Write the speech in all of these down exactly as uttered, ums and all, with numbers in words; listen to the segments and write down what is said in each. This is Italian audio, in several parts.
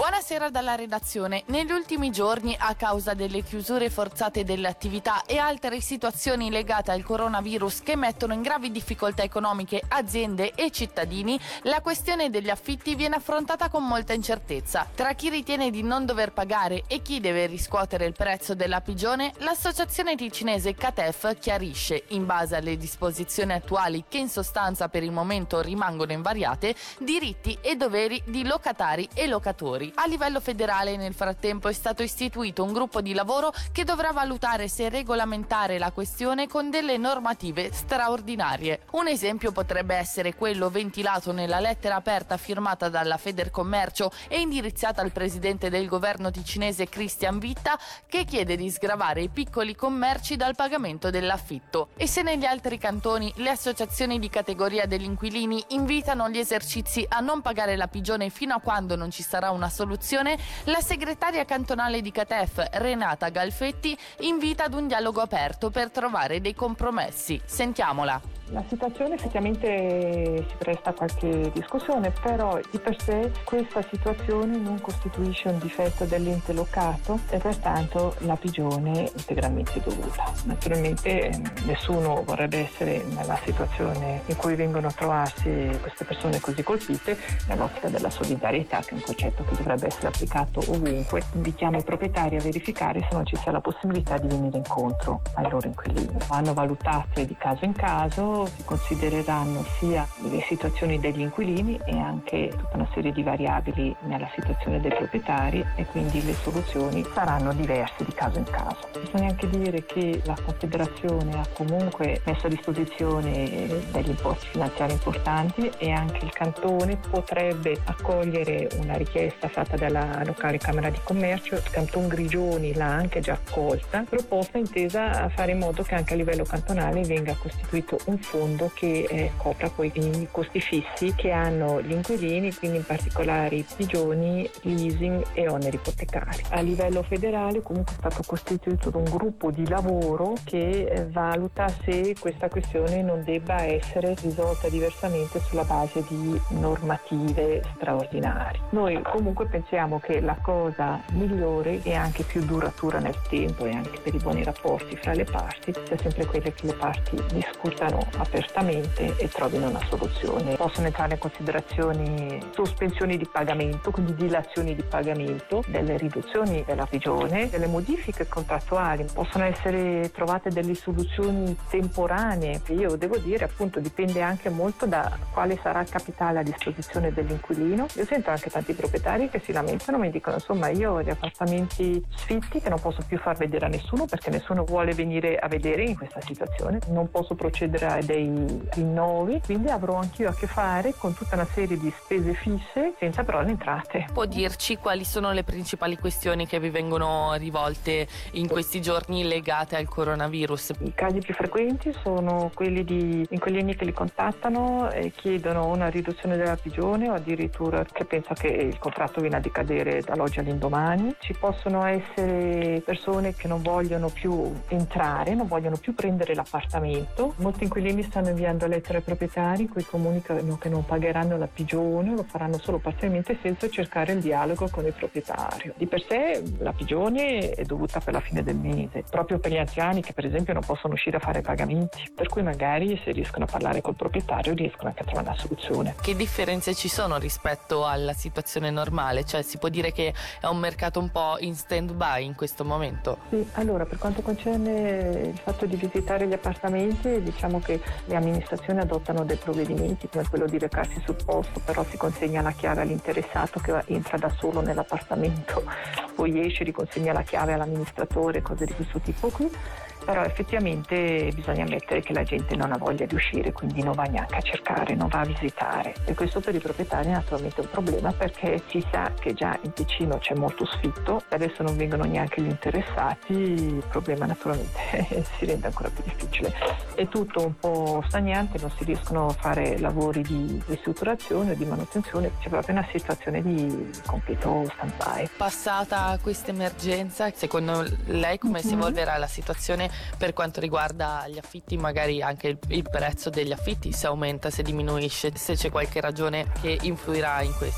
Buonasera dalla redazione. Negli ultimi giorni, a causa delle chiusure forzate delle attività e altre situazioni legate al coronavirus che mettono in gravi difficoltà economiche aziende e cittadini, la questione degli affitti viene affrontata con molta incertezza. Tra chi ritiene di non dover pagare e chi deve riscuotere il prezzo della pigione, l'associazione ticinese C A T E F chiarisce, in base alle disposizioni attuali che in sostanza per il momento rimangono invariate, diritti e doveri di locatari e locatori. A livello federale, nel frattempo, è stato istituito un gruppo di lavoro che dovrà valutare se regolamentare la questione con delle normative straordinarie. Un esempio potrebbe essere quello ventilato nella lettera aperta firmata dalla Federcommercio e indirizzata al presidente del governo ticinese Christian Vitta, che chiede di sgravare i piccoli commerci dal pagamento dell'affitto. E se negli altri cantoni le associazioni di categoria degli inquilini invitano gli esercizi a non pagare la pigione fino a quando non ci sarà una soluzione, la segretaria cantonale di C A T E F, Renata Galfetti, invita ad un dialogo aperto per trovare dei compromessi. Sentiamola. La situazione effettivamente si presta a qualche discussione, però di per sé questa situazione non costituisce un difetto dell'ente locato e pertanto la pigione è integralmente dovuta. Naturalmente nessuno vorrebbe essere nella situazione in cui vengono a trovarsi queste persone così colpite, nell'ottica della solidarietà, che è un concetto che dovrebbe essere applicato ovunque. Invitiamo i proprietari a verificare se non ci sia la possibilità di venire incontro ai loro inquilini. Vanno valutate di caso in caso, si considereranno sia le situazioni degli inquilini e anche tutta una serie di variabili nella situazione dei proprietari, e quindi le soluzioni saranno diverse di caso in caso. Bisogna anche dire che la Confederazione ha comunque messo a disposizione degli importi finanziari importanti e anche il Cantone potrebbe accogliere una richiesta fatta dalla locale Camera di Commercio. Il Canton Grigioni l'ha anche già accolta, proposta intesa a fare in modo che anche a livello cantonale venga costituito un fondo che eh, copra poi i costi fissi che hanno gli inquilini, quindi in particolare i pigioni, leasing e oneri ipotecari. A livello federale comunque è stato costituito un gruppo di lavoro che eh, valuta se questa questione non debba essere risolta diversamente sulla base di normative straordinarie. Noi comunque pensiamo che la cosa migliore e anche più duratura nel tempo e anche per i buoni rapporti fra le parti sia sempre quelle che le parti discutano apertamente e trovino una soluzione. Possono entrare in considerazioni sospensioni di pagamento, quindi dilazioni di pagamento, delle riduzioni della pigione, delle modifiche contrattuali, possono essere trovate delle soluzioni temporanee. Io devo dire, appunto, dipende anche molto da quale sarà il capitale a disposizione dell'inquilino. Io sento anche tanti proprietari che si lamentano, mi dicono insomma io ho gli appartamenti sfitti che non posso più far vedere a nessuno perché nessuno vuole venire a vedere in questa situazione, non posso procedere a dei rinnovi, quindi avrò anch'io a che fare con tutta una serie di spese fisse senza però le entrate. Può dirci quali sono le principali questioni che vi vengono rivolte in questi giorni legate al coronavirus? I casi più frequenti sono quelli di inquilini che li contattano e chiedono una riduzione della pigione o addirittura che pensa che il contratto viene a decadere dall'oggi all'indomani. Ci possono essere persone che non vogliono più entrare, non vogliono più prendere l'appartamento. Molti inquilini stanno inviando lettere ai proprietari in cui comunicano che non pagheranno la pigione o lo faranno solo parzialmente senza cercare il dialogo con il proprietario. Di per sé la pigione è dovuta per la fine del mese, proprio per gli anziani che per esempio non possono uscire a fare pagamenti, per cui magari se riescono a parlare col proprietario riescono anche a trovare una soluzione. Che differenze ci sono rispetto alla situazione normale? Cioè si può dire che è un mercato un po' in stand-by in questo momento? Sì, allora per quanto concerne il fatto di visitare gli appartamenti, diciamo che le amministrazioni adottano dei provvedimenti come quello di recarsi sul posto, però si consegna la chiave all'interessato che entra da solo nell'appartamento, poi esce, riconsegna la chiave all'amministratore, cose di questo tipo qui. Però effettivamente bisogna ammettere che la gente non ha voglia di uscire, quindi non va neanche a cercare, non va a visitare, e questo per i proprietari è naturalmente un problema perché si sa che già in Ticino c'è molto sfitto, adesso non vengono neanche gli interessati, il problema naturalmente si rende ancora più difficile. È tutto un po' stagnante, non si riescono a fare lavori di ristrutturazione o di manutenzione, c'è proprio una situazione di completo stand-by. Passata questa emergenza, secondo lei come mm-hmm. si evolverà la situazione per quanto riguarda gli affitti, magari anche il, il prezzo degli affitti, se aumenta, se diminuisce, se c'è qualche ragione che influirà in questo?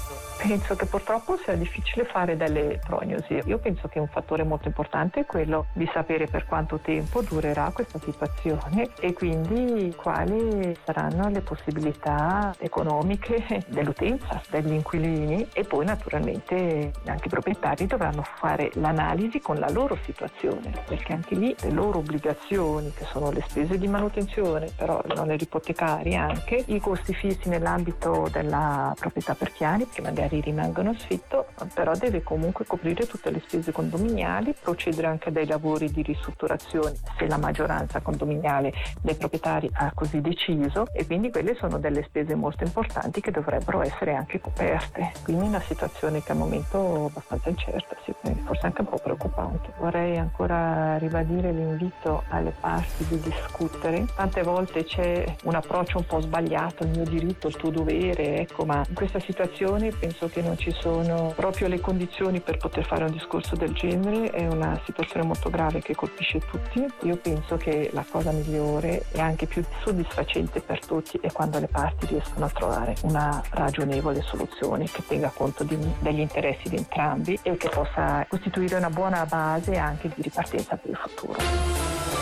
Penso che purtroppo sia difficile fare delle prognosi. Io penso che un fattore molto importante è quello di sapere per quanto tempo durerà questa situazione e quindi quali saranno le possibilità economiche dell'utenza, degli inquilini, e poi naturalmente anche i proprietari dovranno fare l'analisi con la loro situazione, perché anche lì le loro obbligazioni, che sono le spese di manutenzione, però non le ipotecari, anche i costi fissi nell'ambito della proprietà per piani, che magari rimangono a sfitto, però deve comunque coprire tutte le spese condominiali, procedere anche a dei lavori di ristrutturazione se la maggioranza condominiale dei proprietari ha così deciso, e quindi quelle sono delle spese molto importanti che dovrebbero essere anche coperte. Quindi una situazione che al momento è abbastanza incerta, sì, forse anche un po' preoccupante. Vorrei ancora ribadire l'invito alle parti di discutere. Tante volte c'è un approccio un po' sbagliato, il mio diritto, il tuo dovere, ecco, ma in questa situazione penso che non ci sono proprio le condizioni per poter fare un discorso del genere. È una situazione molto grave che colpisce tutti. Io penso che la cosa migliore e anche più soddisfacente per tutti è quando le parti riescono a trovare una ragionevole soluzione che tenga conto di, degli interessi di entrambi e che possa costituire una buona base anche di ripartenza per il futuro.